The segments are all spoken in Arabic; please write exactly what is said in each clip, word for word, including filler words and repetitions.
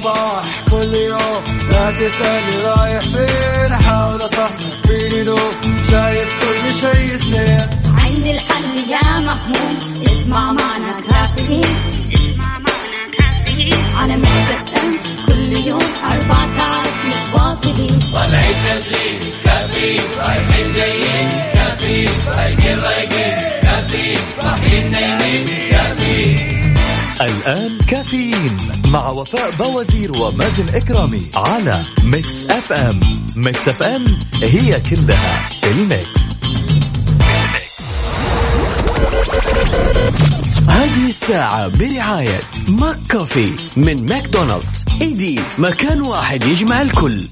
صباح كل يوم لا تسألني رايح فين أحاول أصحصح فيني لو شايف كل شيء سنين عندي الحل يا محمود اسمع معنا كافيين اسمع معنا كافيين على مكتب كل يوم أربع ساعات متواصلين طلعت تسليم كافيين رايحين جايين كافيين رايقين رايقين كافيين صاحيين نايمين كافيين. الآن كافيين مع وفاء بوازير ومازن إكرامي على ميكس أف أم. ميكس أف أم هي كلها الميكس. هذه الساعة برعاية ماك كوفي من ماكدونالدز. إيدي مكان واحد يجمع الكل.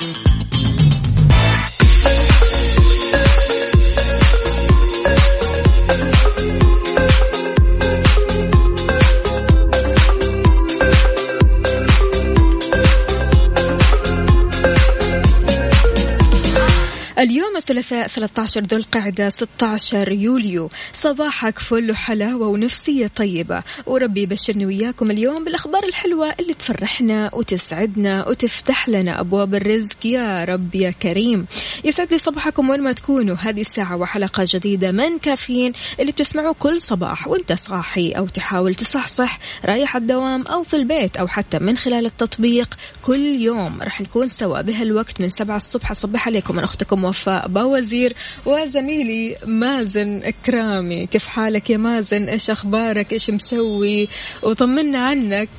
اليوم الثلاثاء ثلاثة عشر ذو القعدة ستة عشر يوليو. صباحك فل وحلاوة ونفسية طيبة، وربي يبشرني وياكم اليوم بالأخبار الحلوة اللي تفرحنا وتسعدنا وتفتح لنا أبواب الرزق يا رب يا كريم. يسعد لي صباحكم وين ما تكونوا. هذه الساعة وحلقة جديدة من كافيين اللي بتسمعوا كل صباح وانت صاحي أو تحاول تصحصح رايح الدوام أو في البيت أو حتى من خلال التطبيق. كل يوم رح نكون سوا بهالوقت من سبعة الصبح. أصبح عليكم من أختكم وفاء بوازير وزميلي مازن إكرامي. كيف حالك يا مازن؟ إيش أخبارك؟ إيش مسوي؟ وطمنا عنك.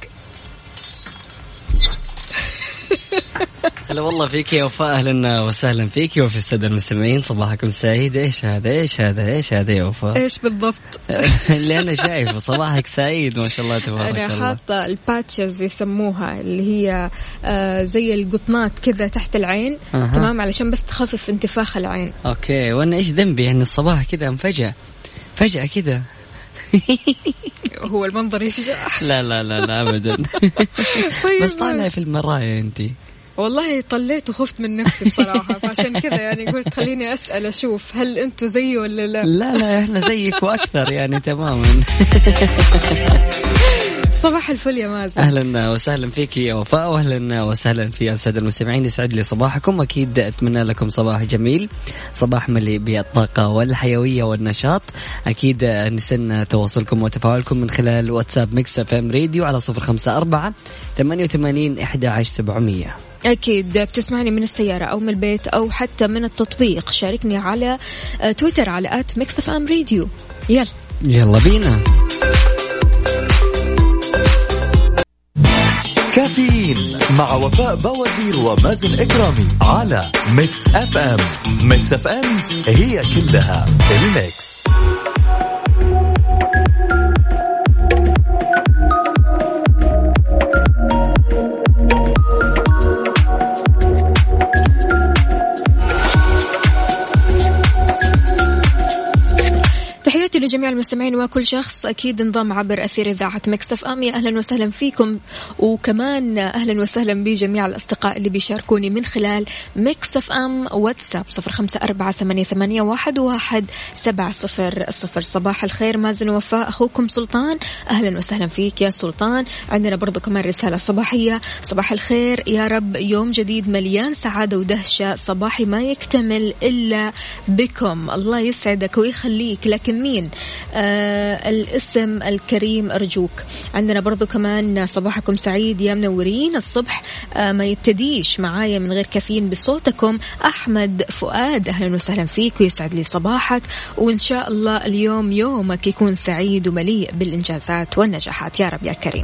هلا والله فيك يا وفاء، أهلا وسهلا فيك وفي السادة المستمعين. صباحكم سعيد. إيش هذا إيش هذا إيش هذا يا وفاء؟ إيش بالضبط؟ اللي أنا شايفه صباحك سعيد ما شاء الله تبارك الله. أنا حاطة الباتشز يسموها اللي هي آه زي القطنات كذا تحت العين. أه. تمام، علشان بس تخفف انتفاخ العين. أوكي، وأنا إيش ذنبي يعني الصباح كذا مفجأة فجأة كذا؟ هو المنظر يفجأ؟ لا لا لا لا أبدا. بس طالع في المراية أنتي. والله طليت وخفت من نفسي بصراحة، فعشان كذا يعني قلت خليني أسأل أشوف هل أنتوا زيي ولا لا. لا لا إحنا زيك وأكثر يعني تماما. صباح الفل يا مازن. أهلا وسهلا فيك يا وفاء، وأهلا وسهلا في السادة المستمعين. يسعد لي صباحكم، أكيد أتمنى لكم صباح جميل، صباح مليء بالطاقة والحيوية والنشاط. أكيد نستنى تواصلكم وتفاعلكم من خلال واتساب ميكس اف ام راديو على صفر خمسة أربعة ثمانية وثمانين أحد عشر سبعمية. أكيد بتسمعني من السيارة أو من البيت أو حتى من التطبيق. شاركني على تويتر على آت ميكس اف ام راديو. يلا يلا بينا. كافيين مع وفاء بوازير ومازن إكرامي على ميكس أف أم. ميكس أف أم هي كلها الميكس. تحياتي لجميع المستمعين وكل شخص أكيد انضم عبر أثير إذاعة ميكس أف أم. يا أهلا وسهلا فيكم، وكمان أهلا وسهلا بجميع الأصدقاء اللي بيشاركوني من خلال ميكس أف أم واتساب صفر خمسة أربعة ثمانية ثمانية واحد واحد سبعة صفر صفر. صباح الخير مازن وفاء، أخوكم سلطان. أهلا وسهلا فيك يا سلطان. عندنا برضو كمان رسالة صباحية. صباح الخير، يا رب يوم جديد مليان سعادة ودهشة، صباحي ما يكتمل إلا بكم. الله يسعدك ويخليك. لكن مين آه الاسم الكريم أرجوك. عندنا برضو كمان صباحكم سعيد يا منورين الصبح، آه ما يبتديش معايا من غير كافيين بصوتكم. أحمد فؤاد أهلا وسهلا فيك ويسعد لي صباحك، وإن شاء الله اليوم يومك يكون سعيد ومليء بالإنجازات والنجاحات يا رب يا كريم.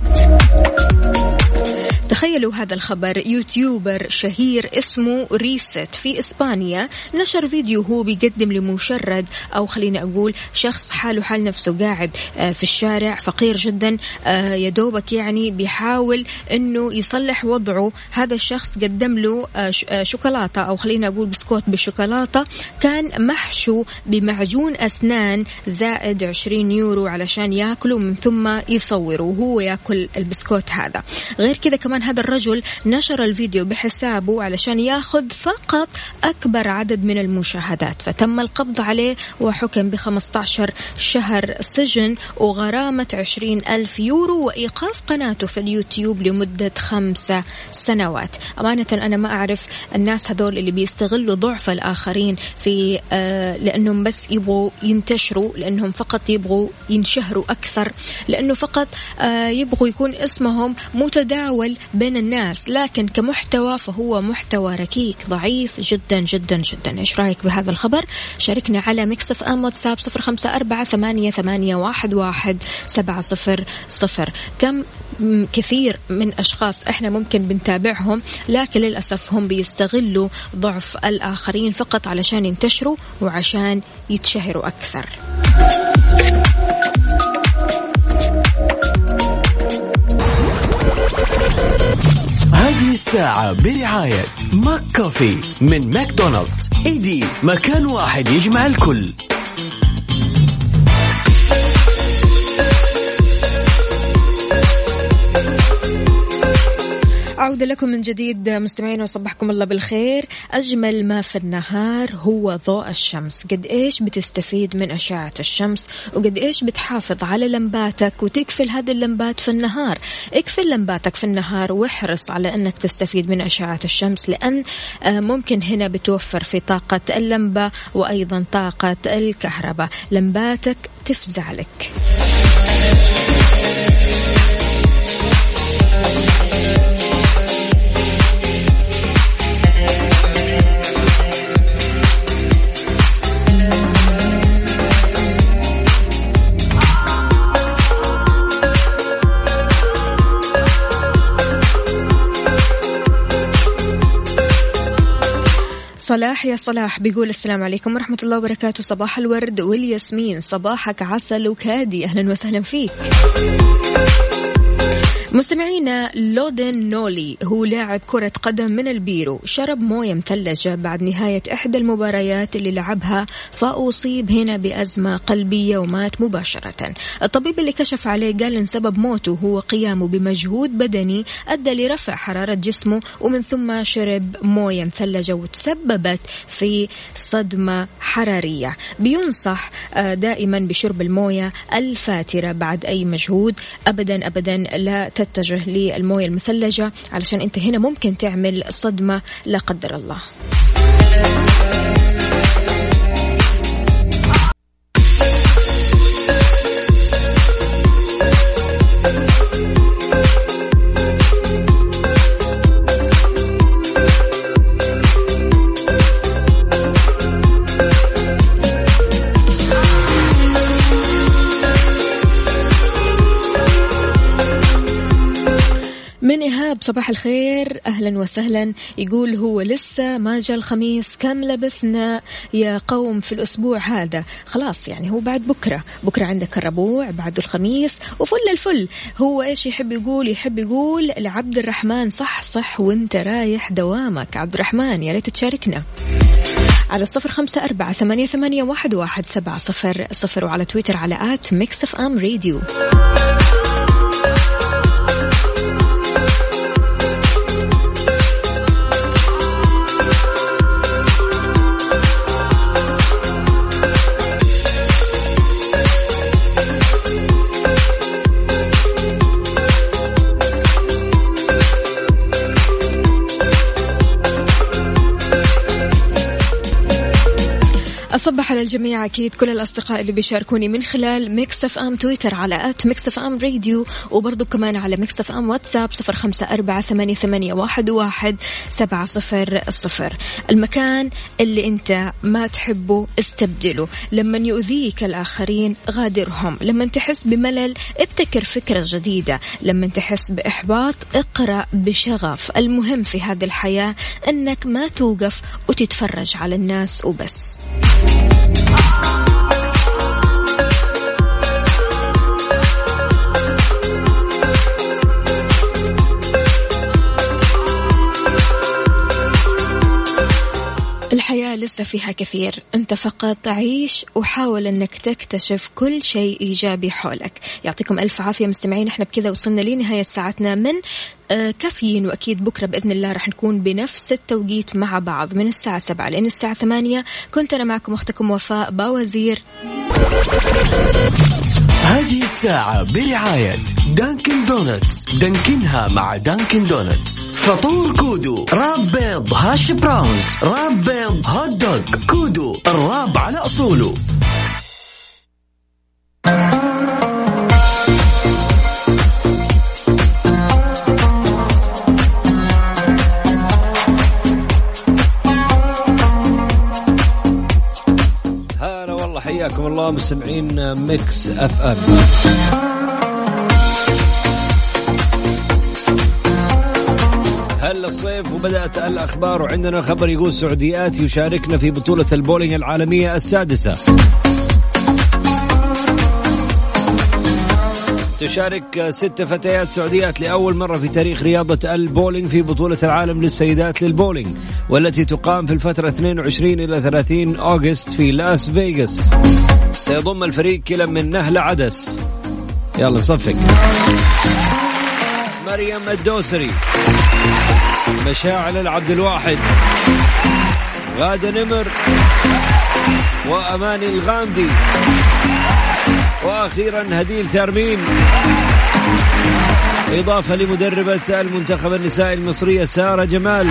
تخيلوا هذا الخبر، يوتيوبر شهير اسمه ريست في إسبانيا نشر فيديو هو بيقدم لمشرد أو خليني أقول شخص حاله حال نفسه قاعد في الشارع فقير جدا يدوبك يعني بيحاول أنه يصلح وضعه. هذا الشخص قدم له شوكولاتة أو خلينا أقول بسكوت بالشوكولاتة كان محشو بمعجون أسنان زائد عشرين يورو علشان يأكله من ثم يصوره وهو يأكل البسكوت هذا. غير كذا كمان كمان هذا الرجل نشر الفيديو بحسابه علشان ياخذ فقط أكبر عدد من المشاهدات، فتم القبض عليه وحكم بخمسة عشر شهر سجن وغرامة عشرين ألف يورو وإيقاف قناته في اليوتيوب لمدة خمسة سنوات. أمانة أنا ما أعرف الناس هذول اللي بيستغلوا ضعف الآخرين في آه لأنهم بس يبغوا ينتشروا، لأنهم فقط يبغوا ينشهروا أكثر، لأنه فقط آه يبغوا يكون اسمهم متداول بين الناس، لكن كمحتوى فهو محتوى ركيك ضعيف جدا جدا جدا. إيش رأيك بهذا الخبر؟ شاركنا على ميكس اف ام واتساب صفر خمسة أربعة ثمانية ثمانية واحد واحد سبعة صفر صفر. كم كثير من أشخاص إحنا ممكن بنتابعهم لكن للأسف هم بيستغلوا ضعف الآخرين فقط علشان ينتشروا وعشان يتشهروا أكثر. هذه الساعة برعاية ماك كوفي من ماكدونالدز. إيدي مكان واحد يجمع الكل. عودة لكم من جديد مستمعين وصبحكم الله بالخير. أجمل ما في النهار هو ضوء الشمس. قد إيش بتستفيد من أشعة الشمس وقد إيش بتحافظ على لمباتك وتقفل هذه اللمبات في النهار. اقفل لمباتك في النهار واحرص على أنك تستفيد من أشعة الشمس، لأن ممكن هنا بتوفر في طاقة اللمبة وأيضا طاقة الكهرباء. لمباتك تفزع لك. صلاح يا صلاح بيقول السلام عليكم ورحمة الله وبركاته، صباح الورد والياسمين، صباحك عسل وكادي، أهلا وسهلا فيك. مستمعينا، لودن نولي هو لاعب كرة قدم من البيرو، شرب موية مثلجة بعد نهاية إحدى المباريات اللي لعبها، فأصيب هنا بأزمة قلبية ومات مباشرة. الطبيب اللي كشف عليه قال إن سبب موته هو قيامه بمجهود بدني أدى لرفع حرارة جسمه، ومن ثم شرب موية مثلجة وتسببت في صدمة حرارية. بينصح دائما بشرب الموية الفاترة بعد أي مجهود، أبدا أبدا لا تتجه للموية المثلجة علشان انت هنا ممكن تعمل صدمة لا قدر الله. من إيهاب صباح الخير أهلا وسهلا، يقول هو لسه ما جاء الخميس، كم لبسنا يا قوم في الأسبوع هذا؟ خلاص يعني هو بعد بكرة، بكرة عندك الربوع، بعد الخميس وفل الفل. هو إيش يحب يقول؟ يحب يقول لعبد الرحمن صح صح وانت رايح دوامك. عبد الرحمن يا ريت تشاركنا على صفر خمسة أربعة ثمانية ثمانية واحد واحد سبعة صفر صفر وعلى تويتر على آت ميكس اف ام راديو. أصبح على الجميع أكيد كل الأصدقاء اللي بيشاركوني من خلال ميكس اف ام تويتر على آت ميكس اف ام راديو، وبرضو كمان على ميكس اف ام واتساب صفر خمسة أربعة ثمانية ثمانية واحد واحد سبعة صفر صفر. المكان اللي أنت ما تحبه استبدله، لما يؤذيك الآخرين غادرهم، لما تحس بملل ابتكر فكرة جديدة، لما تحس بإحباط اقرأ بشغف. المهم في هذه الحياة أنك ما توقف وتتفرج على الناس وبس. الحياة الحياة لسه فيها كثير، أنت فقط عيش وحاول أنك تكتشف كل شيء إيجابي حولك. يعطيكم ألف عافية مستمعين، احنا بكذا وصلنا لنهاية ساعتنا من آه كافيين، وأكيد بكرة بإذن الله رح نكون بنفس التوقيت مع بعض من الساعة سبعة لين الساعة ثمانية. كنت أنا معكم أختكم وفاء باوزير. هذه الساعة برعاية دانكن دونتس، دانكنها مع دانكن دونتس. فطور كودو، راب بيض هاش براونز، راب بيض هوت دوغ. كودو، الراب على أصوله. هلا والله، حياكم الله مستمعين ميكس اف ام. هلا الصيف وبدأت الأخبار، وعندنا خبر يقول سعوديات يشاركنا في بطولة البولينج العالمية السادسة. تشارك ست فتيات سعوديات لأول مرة في تاريخ رياضة البولينج في بطولة العالم للسيدات للبولينج، والتي تقام في الفترة اثنين وعشرين إلى ثلاثين أغسطس في لاس فيغاس. سيضم الفريق كلا من نهلة عدس، يلا نصفق، مريم الدوسري، مشاعل العبد الواحد، غادة نمر، وأماني الغامدي، وأخيرا هديل تارمين، إضافة لمدربة المنتخب النسائي المصرية سارة جمال.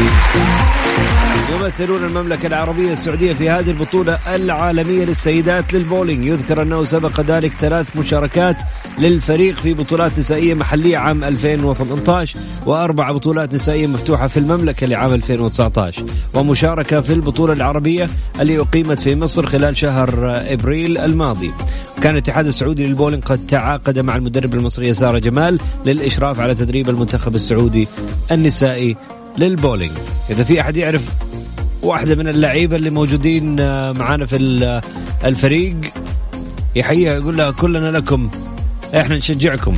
يمثلون المملكة العربية السعودية في هذه البطولة العالمية للسيدات للبولينج. يذكر أنه سبق ذلك ثلاث مشاركات للفريق في بطولات نسائية محلية عام ألفين وثمانية عشر، وأربع بطولات نسائية مفتوحة في المملكة لعام ألفين وتسعة عشر، ومشاركة في البطولة العربية اللي أقيمت في مصر خلال شهر إبريل الماضي. كان الاتحاد السعودي للبولينج قد تعاقد مع المدرب المصرية سارة جمال للإشراف على تدريب المنتخب السعودي النسائي للبولينج. إذا في أحد يعرف واحدة من اللعيبة اللي موجودين معانا في الفريق يحييها، يقول لها كلنا لكم، احنا نشجعكم.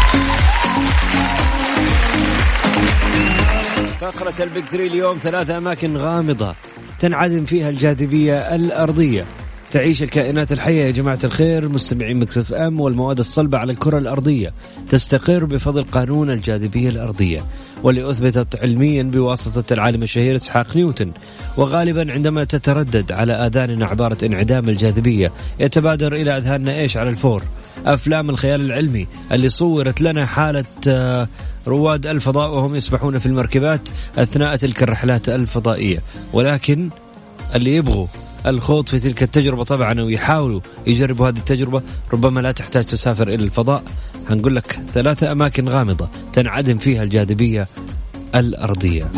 فقرة البيك ثري اليوم، ثلاثة أماكن غامضة تنعدم فيها الجاذبية الأرضية. تعيش الكائنات الحية يا جماعة الخير مستمعين ميكس اف ام، والمواد الصلبة على الكرة الأرضية تستقر بفضل قانون الجاذبية الأرضية، واللي أثبتت علميا بواسطة العالم الشهير إسحاق نيوتن. وغالبا عندما تتردد على آذاننا عبارة انعدام الجاذبية، يتبادر إلى أذهاننا إيش على الفور؟ أفلام الخيال العلمي اللي صورت لنا حالة رواد الفضاء وهم يسبحون في المركبات أثناء تلك الرحلات الفضائية. ولكن اللي يبغوا الخوض في تلك التجربة طبعا ويحاولوا يجربوا هذه التجربة ربما لا تحتاج تسافر إلى الفضاء. هنقول لك ثلاثة أماكن غامضة تنعدم فيها الجاذبية الأرضية.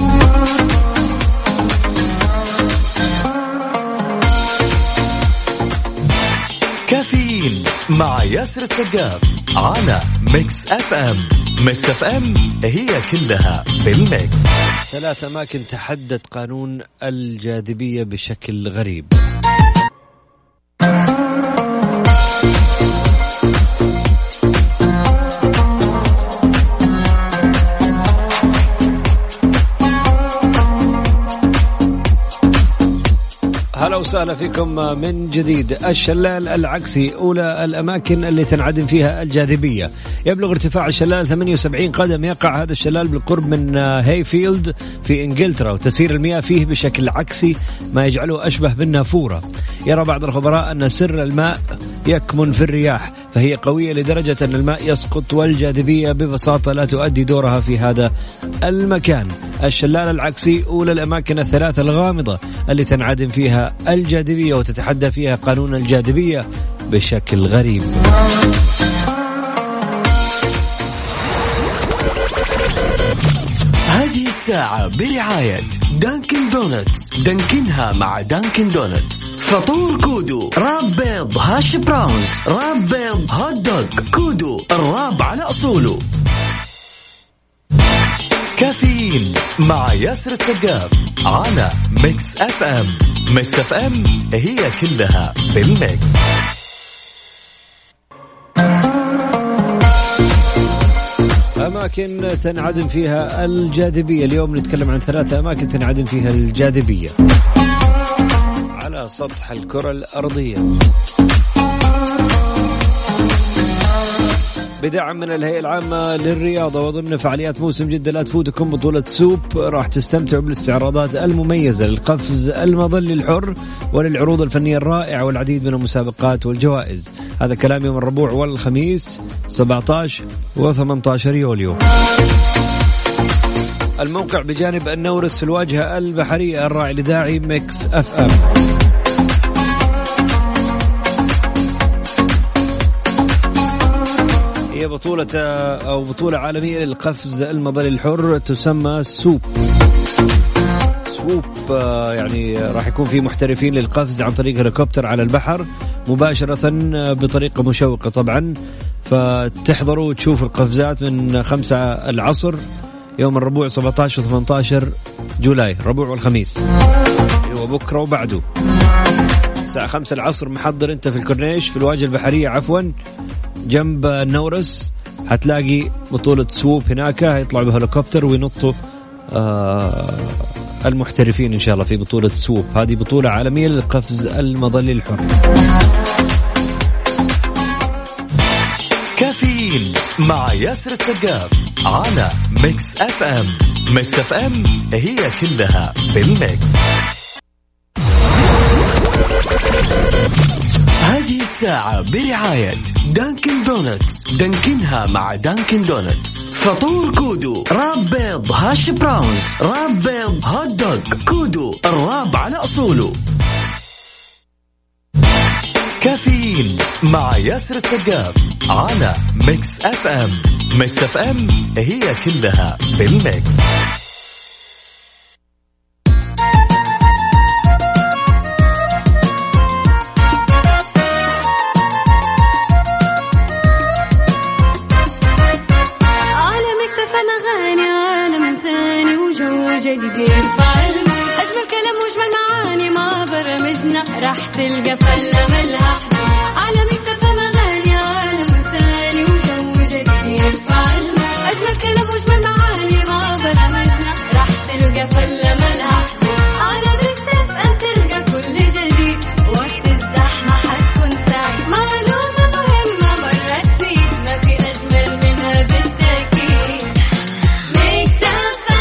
كافيين مع ياسر السقاف على ميكس اف ام. ميكس اف ام هي كلها بالميكس. ثلاث أماكن تحدد قانون الجاذبية بشكل غريب. هلا وسهلا فيكم من جديد. الشلال العكسي، أولى الأماكن اللي تنعدم فيها الجاذبية. يبلغ ارتفاع الشلال ثمانية وسبعين قدم. يقع هذا الشلال بالقرب من هايفيلد في إنجلترا، وتسير المياه فيه بشكل عكسي ما يجعله أشبه بالنافورة. يرى بعض الخبراء أن سر الماء يكمن في الرياح، فهي قوية لدرجة أن الماء يسقط والجاذبية ببساطة لا تؤدي دورها في هذا المكان. الشلال العكسي أولى الأماكن الثلاثة الغامضة اللي تنعدم فيها الجاذبية وتتحدى فيها قانون الجاذبية بشكل غريب. هذه الساعة برعاية دانكن دونتس، دانكنها مع دانكن دونتس. فطور كودو، راب بيض هاش براونز، راب بيض هوت دوغ. كودو، الراب على أصوله. كافيين مع ياسر السقاف على ميكس اف ام. ميكس اف ام هي كلها بالميكس. أماكن تنعدم فيها الجاذبية. اليوم نتكلم عن ثلاثة أماكن تنعدم فيها الجاذبية. على سطح الكرة الأرضية. بدعم من الهيئة العامة للرياضة وضمن فعاليات موسم جدة لا تفوتكم بطولة سوب، راح تستمتعوا بالاستعراضات المميزة للقفز المظلي الحر وللعروض الفنية الرائعة والعديد من المسابقات والجوائز. هذا كلام يوم الربوع والخميس سبعة عشر و ثمانية عشر يوليو. الموقع بجانب النورس في الواجهة البحرية، الراعي لداعي ميكس اف ام. هي بطولة أو بطولة عالمية للقفز المظلي الحر تسمى سوب. سوب يعني راح يكون في محترفين للقفز عن طريق هليكوبتر على البحر مباشرة بطريقة مشوقة طبعا. فتحضروا وتشوفوا القفزات من خمسة العصر يوم الربوع سبعة عشر و ثمانية عشر جولاي، الربوع والخميس وبكرة وبعده الساعة خمسة العصر. محضر انت في الكورنيش في الواجهة البحرية عفوا جنب النورس، هتلاقي بطولة سووب هناك، هيطلعوا بهليكوبتر وينطوا آه المحترفين إن شاء الله في بطولة سووب. هذه بطولة عالمية للقفز المظلي الحر. كافيين مع ياسر السقاف على ميكس اف ام. ميكس اف ام هي كلها بالميكس. هذه الساعة برعاية دانكن دونتس. دانكنها مع دانكن دونتس. فطور كودو، راب بيض هاش براونز، راب بيض هوت دوغ. كودو الراب على أصوله. كافيين مع ياسر السقاف على ميكس اف ام. ميكس اف ام هي كلها بالميكس. أجمل كلام وأجمل معاني ما برمجنا راح تلقى فلة ملها على مكتب مغاني عالم ثاني وجو جديد. أجمل كلام وأجمل معاني ما برمجنا راح تلقى فلة ملها على مكتب أن تلقى كل جديد. وقت الزحمة حتكون سعيد، معلومة مهمة مرت فيك ما في أجمل منها بالتأكيد. مكتب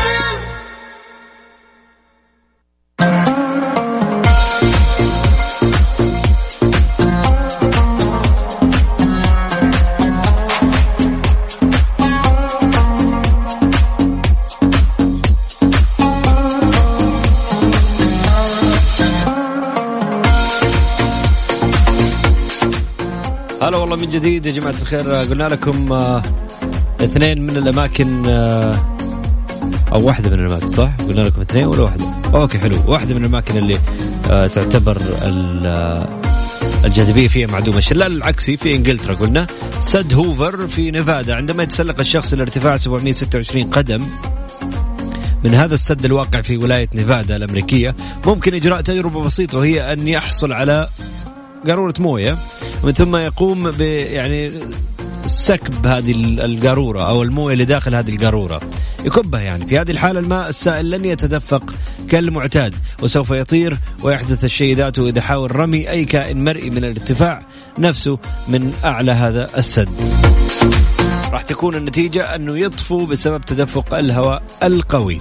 هلا والله من جديد يا جماعة الخير. قلنا لكم آه اثنين من الأماكن آه أو واحدة من الأماكن، صح؟ قلنا لكم اثنين ولا واحدة؟ أوكي حلو. واحدة من الأماكن اللي آه تعتبر الجاذبية فيها معدومة. الشلال العكسي في إنجلترا قلنا سد هوفر في نيفادا. عندما يتسلق الشخص الارتفاع سبعمائة وستة وعشرين قدم من هذا السد الواقع في ولاية نيفادا الأمريكية، ممكن إجراء تجربة بسيطة وهي أن يحصل على قارورة موية ومن ثم يقوم ب يعني سكب هذه القارورة أو الموية اللي داخل هذه القارورة، يكبها. يعني في هذه الحالة الماء السائل لن يتدفق كالمعتاد وسوف يطير ويحدث الشيء ذاته إذا حاول رمي أي كائن مرئي من الارتفاع نفسه من أعلى هذا السد. راح تكون النتيجة أنه يطفو بسبب تدفق الهواء القوي.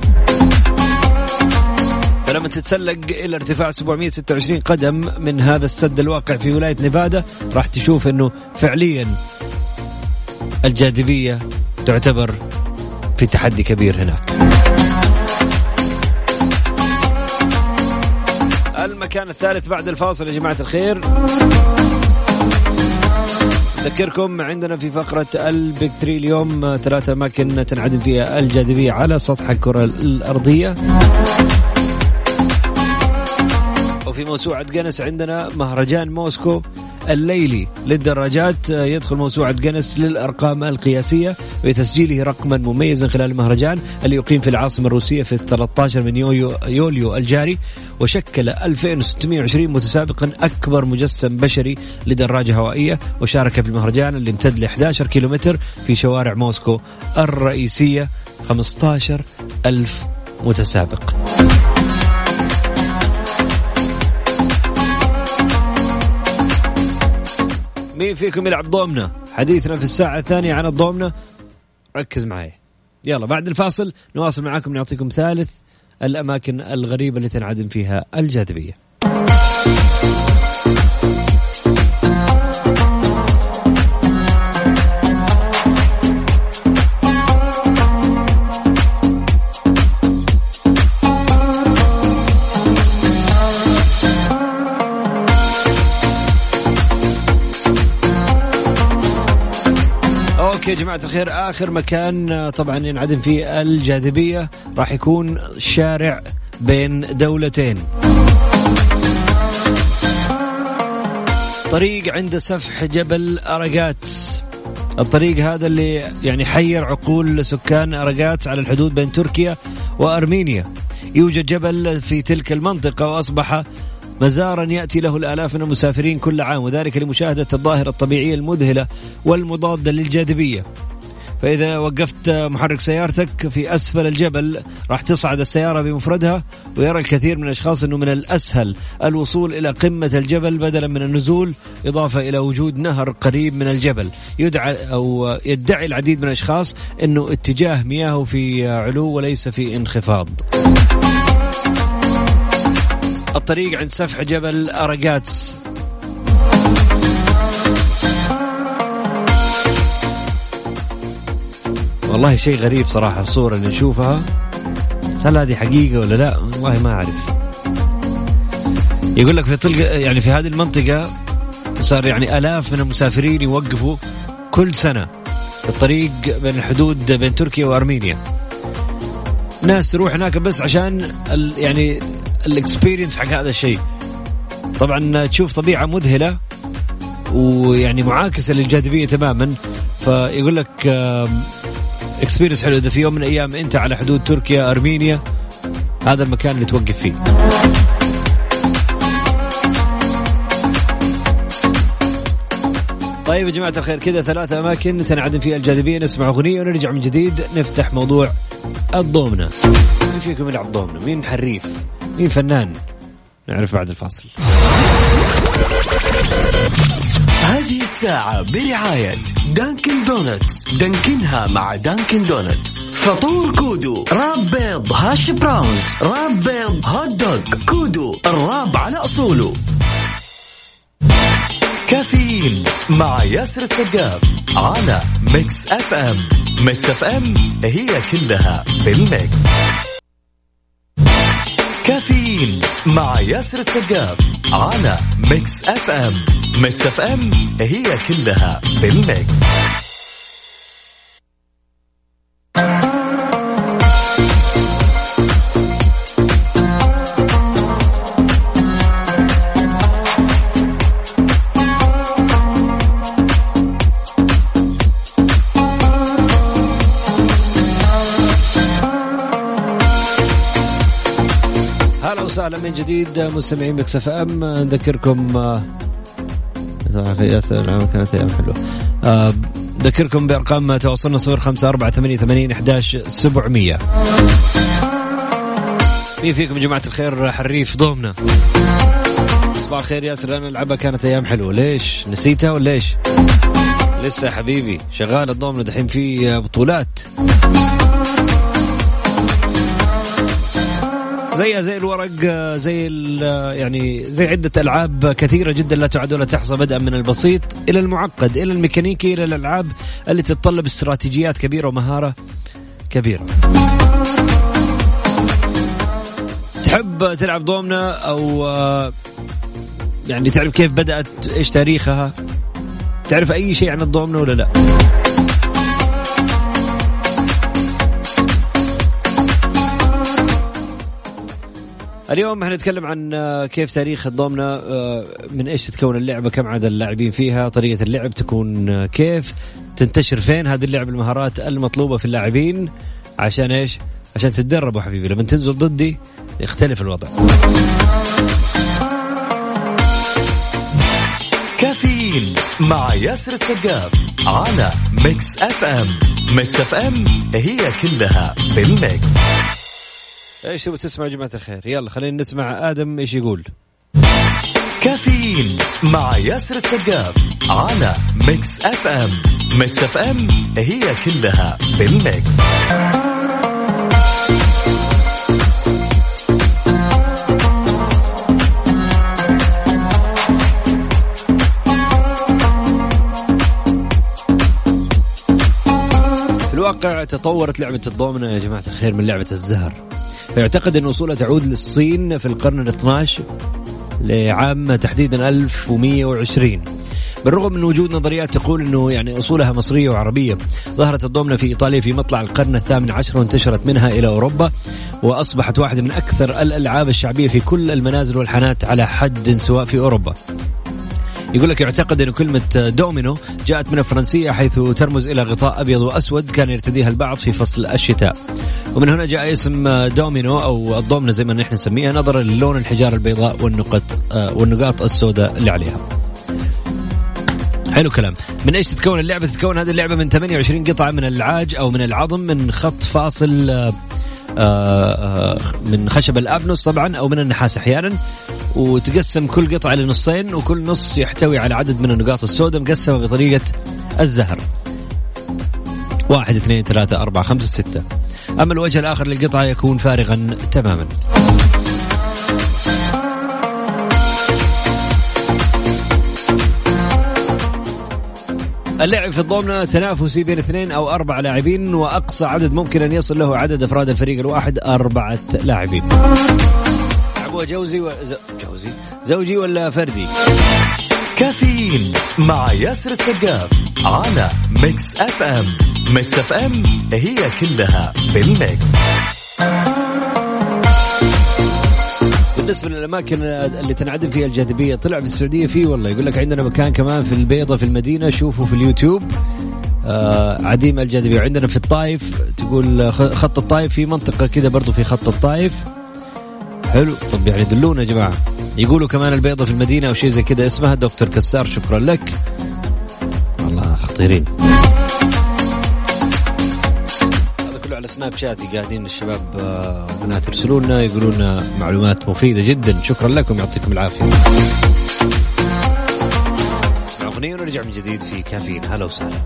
فلما تتسلق إلى ارتفاع سبعمائة وستة وعشرين قدم من هذا السد الواقع في ولاية نيفادا راح تشوف أنه فعليا الجاذبية تعتبر في تحدي كبير هناك. المكان الثالث بعد الفاصل يا جماعة الخير. أذكركم عندنا في فقرة البيك ثري اليوم ثلاثة أماكن تنعدم فيها الجاذبية على سطح الكرة الأرضية. وفي موسوعة جينيس عندنا مهرجان موسكو الليلي للدراجات. يدخل موسوعة جينيس للأرقام القياسية بتسجيله رقما مميزا خلال المهرجان اللي يقيم في العاصمة الروسية في ثلاثة عشر من يوليو, يوليو الجاري. وشكل ألفين وستمائة وعشرين متسابقا أكبر مجسم بشري لدراجة هوائية، وشارك في المهرجان اللي امتد ل أحد عشر كيلومتر في شوارع موسكو الرئيسية خمسة عشر ألف متسابق. مين فيكم يلعب ضمنة؟ حديثنا في الساعة الثانية عن الضمنة، ركز معي. يلا بعد الفاصل نواصل معاكم، نعطيكم ثالث الأماكن الغريبة اللي تنعدم فيها الجاذبية. يا جماعة الخير، آخر مكان طبعا ينعدم فيه الجاذبية راح يكون شارع بين دولتين، طريق عند سفح جبل أراغات. الطريق هذا اللي يعني حير عقول سكان أراغات على الحدود بين تركيا وأرمينيا. يوجد جبل في تلك المنطقة وأصبح مزارا يأتي له الآلاف من المسافرين كل عام، وذلك لمشاهدة الظاهرة الطبيعية المذهلة والمضادة للجاذبية. فإذا وقفت محرك سيارتك في أسفل الجبل راح تصعد السيارة بمفردها، ويرى الكثير من الأشخاص أنه من الأسهل الوصول إلى قمة الجبل بدلا من النزول، إضافة إلى وجود نهر قريب من الجبل. يدعى أو يدعي العديد من الأشخاص أنه اتجاه مياهه في علو وليس في انخفاض. الطريق عند سفح جبل أراغات. والله شيء غريب صراحة الصورة اللي نشوفها، هل هذه حقيقة ولا لا؟ والله ما أعرف. يقول لك في طلق يعني في هذه المنطقة صار يعني آلاف من المسافرين يوقفوا كل سنة في الطريق بين الحدود بين تركيا وأرمينيا. ناس تروح هناك بس عشان يعني الاكسبيرينس حق هذا الشيء. طبعا تشوف طبيعة مذهلة ويعني معاكسة للجاذبية تماما. فيقول لك اكسبيرينس حلو إذا في يوم من الأيام أنت على حدود تركيا أرمينيا، هذا المكان اللي توقف فيه. طيب يا جماعة الخير، كذا ثلاثة أماكن تنعدم فيها الجاذبية. نسمع أغنية ونرجع من جديد نفتح موضوع الضمنة. مين فيكم يلعب ضمنة؟ مين حريف؟ مين فنان؟ نعرف بعد الفاصل. هذه الساعة برعاية دانكن دونتس. دانكنها مع دانكن دونتس. فطور كودو، راب بيض هاش براونز، راب بيض هوت دوغ. كودو، الراب على أصوله. كافيين مع ياسر السقاف على ميكس اف ام. ميكس اف ام هي كلها بالميكس. كافيين مع ياسر السقاف على ميكس اف ام. ميكس اف ام هي كلها بالميكس. وسهلا من جديد مستمعين ميكس اف ام. نذكركم كانت ايام حلوه. نذكركم بارقام تواصلنا صفر خمسة أربعة ثمانية ثمانين إحداش سبعمية. مين فيكم يا جماعة الخير حريف ضمنة؟ صباح الخير ياسر، انا العبها كانت ايام حلوه. ليش نسيتها ولا ايش؟ لسه حبيبي شغال الضمنة دحين في بطولات زي زي الورق، زي يعني زي عدة ألعاب كثيرة جدا لا تعد ولا تحصى، بدءا من البسيط إلى المعقد إلى الميكانيكي إلى الألعاب اللي تتطلب استراتيجيات كبيرة ومهارة كبيرة. تحب تلعب ضمنة أو يعني تعرف كيف بدأت، إيش تاريخها، تعرف أي شيء عن الضمنة ولا لا؟ اليوم هنتكلم عن كيف تاريخ الضمنة، من ايش تتكون اللعبة، كم عدد اللاعبين فيها، طريقة اللعب تكون كيف، تنتشر فين هذه اللعبة، المهارات المطلوبة في اللاعبين، عشان ايش؟ عشان تتدربوا حبيبي لما تنزل ضدي يختلف الوضع. كافيين مع ياسر السقاف على ميكس اف ام. ميكس اف ام هي كلها بالميكس. ايش تبغى تسمع يا جماعة الخير؟ يلا خلينا نسمع آدم ايش يقول. كافيين مع ياسر السقاف على ميكس اف ام. ميكس اف ام هي كلها بالميكس. في الواقع تطورت لعبة الضومنة يا جماعة الخير من لعبة الزهر، فيعتقد أن وصولها تعود للصين في القرن الاثني عشر لعام تحديدا ألف ومئة وعشرين. بالرغم من وجود نظريات تقول أنه يعني أصولها مصرية وعربية. ظهرت الضومنة في إيطاليا في مطلع القرن الثامن عشر وانتشرت منها إلى أوروبا، وأصبحت واحدة من أكثر الألعاب الشعبية في كل المنازل والحانات على حد سواء في أوروبا. يقول لك يعتقد أن كلمة دومينو جاءت من الفرنسية، حيث ترمز إلى غطاء أبيض وأسود كان يرتديها البعض في فصل الشتاء، ومن هنا جاء اسم دومينو أو الضومنة زي ما نحن نسميها، نظرا للون الحجارة البيضاء والنقط والنقاط السوداء اللي عليها. حلو كلام. من ايش تتكون اللعبة؟ تتكون هذه اللعبة من ثمانية وعشرين قطعة من العاج أو من العظم، من خط فاصل من خشب الأبنوس طبعا أو من النحاس أحيانا، وتقسم كل قطعة لنصين، وكل نص يحتوي على عدد من النقاط السوداء مقسمة بطريقة الزهر، واحد اثنين ثلاثة أربعة خمسة ستة. أما الوجه الآخر للقطعة يكون فارغا تماما. اللعب في الضومنة تنافسي بين اثنين أو أربع لاعبين، وأقصى عدد ممكن أن يصل له عدد أفراد الفريق الواحد أربعة لاعبين. لعبوها جوزي و... جوزي زوجي ولا فردي؟ كافيين مع ياسر السقاف على ميكس اف ام. ميكس اف ام هي كلها بالميكس. بالنسبة للأماكن اللي تنعدم فيها الجاذبية، طلع في السعودية فيه والله. يقول لك عندنا مكان كمان في البيضة في المدينة، شوفوا في اليوتيوب، آه عديم الجاذبية. عندنا في الطائف، تقول خط الطائف في منطقة كده برضو في خط الطائف. حلو. طب يعني دلونا يا جماعة. يقولوا كمان البيضة في المدينة أو شيء زي كده اسمها. دكتور كسار شكرا لك، والله خطيرين. على سناب شات قاعدين الشباب وبنات يرسلوا لنا يقولوا لنا معلومات مفيدة جدا، شكرا لكم يعطيكم العافية. اسمع أغنية ونرجع من جديد في كافيين. هلا وسهلا.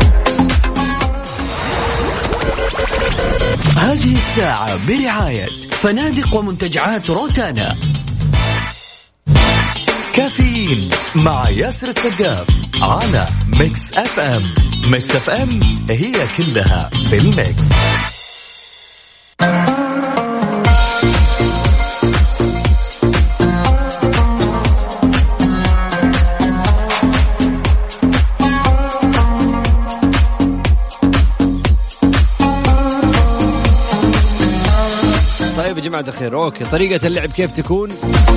هذه الساعة برعاية فنادق ومنتجعات روتانا. كافيين مع ياسر السقاف على ميكس اف ام. ميكس اف ام هي كلها بالميكس. طيب يا جماعة الخير، اوكي طريقة اللعب كيف تكون؟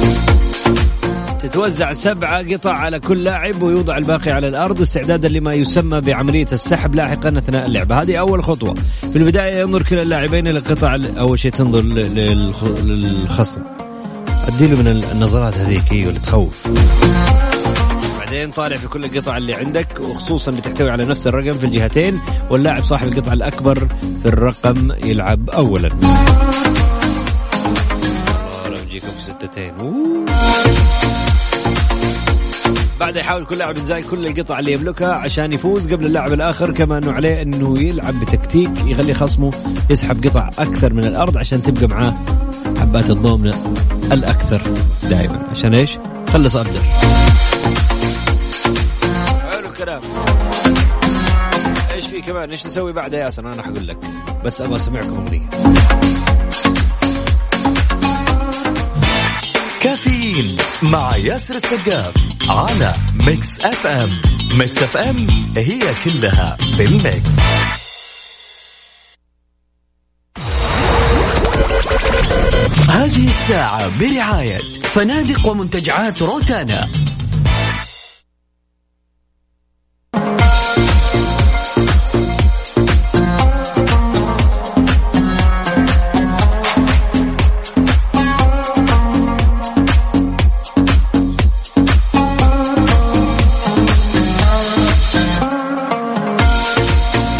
تتوزع سبعة قطع على كل لاعب ويوضع الباقي على الأرض استعدادا لما يسمى بعملية السحب لاحقا أثناء اللعبة. هذه أول خطوة. في البداية ينظر كلا اللاعبين إلى القطع. أول شيء تنظر للخصم، أديله من النظرات هذيك هي اللي تخوف. بعدين طالع في كل القطع اللي عندك، وخصوصا اللي تحتوي على نفس الرقم في الجهتين، واللاعب صاحب القطعة الأكبر في الرقم يلعب أولا. الله لو نجيكم في ستتين. بعد يحاول كل لاعب ينزل كل القطع اللي يملكها عشان يفوز قبل اللاعب الآخر. كما أنه عليه أنه يلعب بتكتيك يخلي خصمه يسحب قطع أكثر من الأرض عشان تبقى معاه حبات الضومنة الأكثر دائما. عشان إيش؟ خلص أقدر. حلو الكلام. إيش في كمان؟ إيش نسوي بعد يا ياسر؟ أنا حقول لك، بس أبغى أسمعكم أغنية. كافيين مع ياسر السقاف على ميكس اف ام. ميكس اف ام هي كلها بالميكس. هذه الساعة برعاية فنادق ومنتجعات روتانا.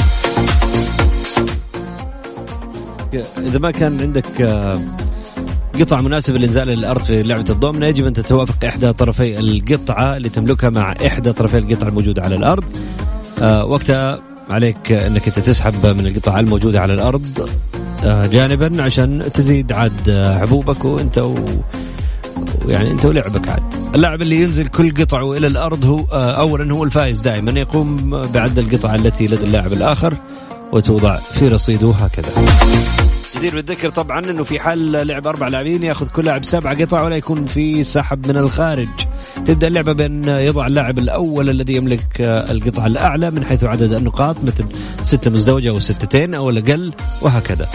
إذا ما كان عندك قطعة مناسبة لإنزال الأرض في لعبة الضومنة يجب أن تتوافق إحدى طرفي القطعة اللي تملكها مع إحدى طرفي القطعة الموجودة على الأرض. آه وقتها عليك أنك أنت تسحب من القطعة الموجودة على الأرض آه جانبا عشان تزيد عد حبوبك وأنت و... يعني أنت ولعبك عاد. اللاعب اللي ينزل كل قطعه إلى الأرض هو آه أولا هو الفائز دائما، يقوم بعد القطعة التي لدى اللاعب الآخر وتوضع في رصيده هكذا. جدير بالذكر طبعا أنه في حال لعب أربع لاعبين يأخذ كل لاعب سبع قطع ولا يكون في سحب من الخارج. تبدأ اللعبة بأن يضع اللاعب الأول الذي يملك القطعة الأعلى من حيث عدد النقاط، مثل ستة مزدوجة أو ستتين أو الأقل وهكذا.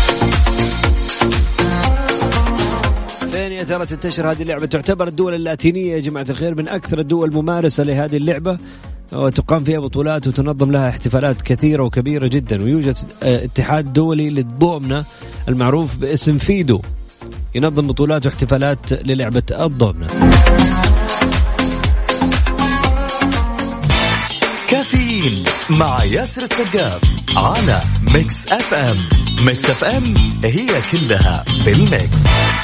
فين يا ترى تنتشر هذه اللعبة؟ تعتبر الدول اللاتينية يا جماعة الخير من أكثر الدول ممارسة لهذه اللعبة، وتقام فيها بطولات وتنظم لها احتفالات كثيرة وكبيرة جدا. ويوجد اتحاد دولي للضومنة المعروف باسم فيدو ينظم بطولات واحتفالات للعبة الضومنة. كافيين مع ياسر السقاف على ميكس اف ام. ميكس اف ام هي كلها بالميكس.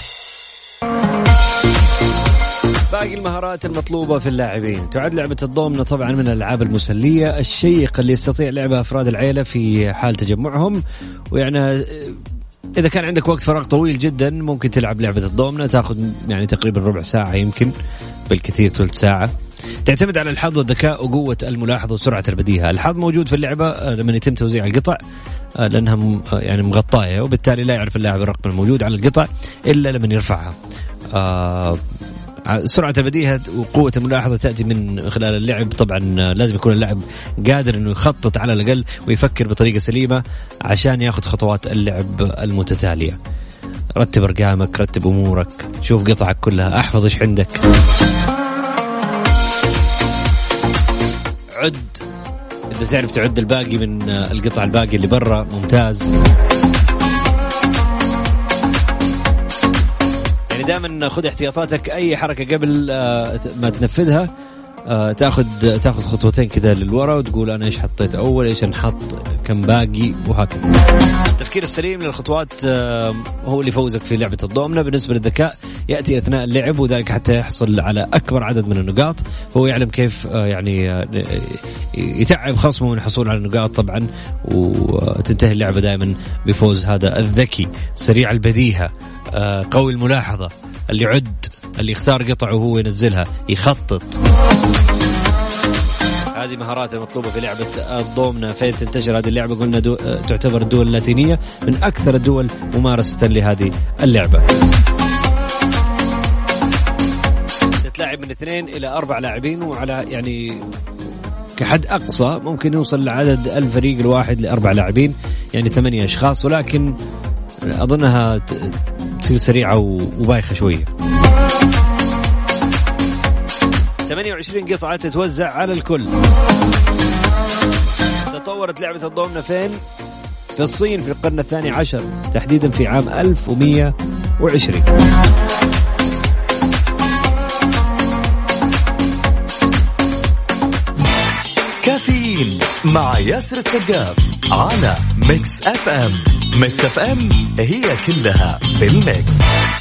باقي المهارات المطلوبة في اللاعبين. تعد لعبة الضومنة طبعا من الألعاب المسلية الشيقة اللي يستطيع لعبها أفراد العائلة في حال تجمعهم، ويعني إذا كان عندك وقت فراغ طويل جدا ممكن تلعب لعبة الضومنة، تأخذ يعني تقريبا ربع ساعة يمكن بالكثير ثلث ساعة. تعتمد على الحظ والذكاء وقوة الملاحظة وسرعة البديهة. الحظ موجود في اللعبة لما يتم توزيع القطع لأنها يعني مغطاية، وبالتالي لا يعرف اللاعب الرقم الموجود على القطع إلا لمن يرفعها. آه سرعة البديهة وقوة الملاحظة تأتي من خلال اللعب. طبعا لازم يكون اللاعب قادر أنه يخطط على الأقل ويفكر بطريقة سليمة عشان يأخذ خطوات اللعب المتتالية. رتب أرقامك، رتب أمورك، شوف قطعك كلها، أحفظ إيش عندك، عد إذا تعرف تعد الباقي من القطع الباقي اللي برا ممتاز. دائما خذ احتياطاتك، أي حركة قبل ما تنفذها تأخذ تأخذ خطوتين كذا للورا وتقول أنا إيش حطيت أول، إيش نحط، كم باقي، وهكذا. التفكير السليم للخطوات هو اللي يفوزك في لعبة الضومنة. بالنسبة للذكاء يأتي أثناء اللعب، وذلك حتى يحصل على أكبر عدد من النقاط. هو يعلم كيف يعني يتعب خصمه من الحصول على النقاط طبعا، وتنتهي اللعبة دائما بفوز هذا الذكي سريع البديهة قوي الملاحظة اللي يعد، اللي يختار قطعه وهو ينزلها، يخطط. هذه مهارات المطلوبة في لعبة الضومنة. فين تنتشر هذه اللعبة؟ قلنا دو... تعتبر الدول اللاتينية من أكثر الدول ممارسة لهذه اللعبة. تتلعب من اثنين إلى أربع لاعبين، وعلى يعني كحد أقصى ممكن يوصل لعدد الفريق الواحد لأربع لاعبين، يعني ثمانية أشخاص، ولكن أظنها تصير سريعة وبايخة شوية. ثمانية وعشرين قطعة تتوزع على الكل. تطورت لعبة الضومنة فين؟ في الصين في القرن الثاني عشر، تحديدا في عام ألف ومئة وعشرين. كافيين مع ياسر السقاف على ميكس اف ام. ميكس اف ام هي كلها بالميكس.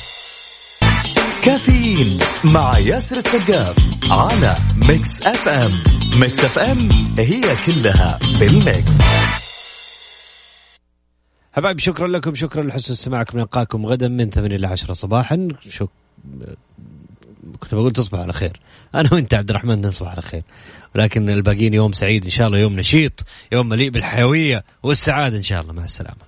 كافيين مع ياسر السقاف على ميكس اف ام. ميكس اف ام هي كلها بالميكس. حبايب شكرا لكم، شكرا لحسن استماعكم. نلقاكم غدا من ثمانية إلى عشرة صباحا. شك... كنت بقول تصبح على خير، أنا وأنت عبد الرحمن نصبح على خير، ولكن الباقيين يوم سعيد إن شاء الله، يوم نشيط، يوم مليء بالحيوية والسعادة إن شاء الله. مع السلامة.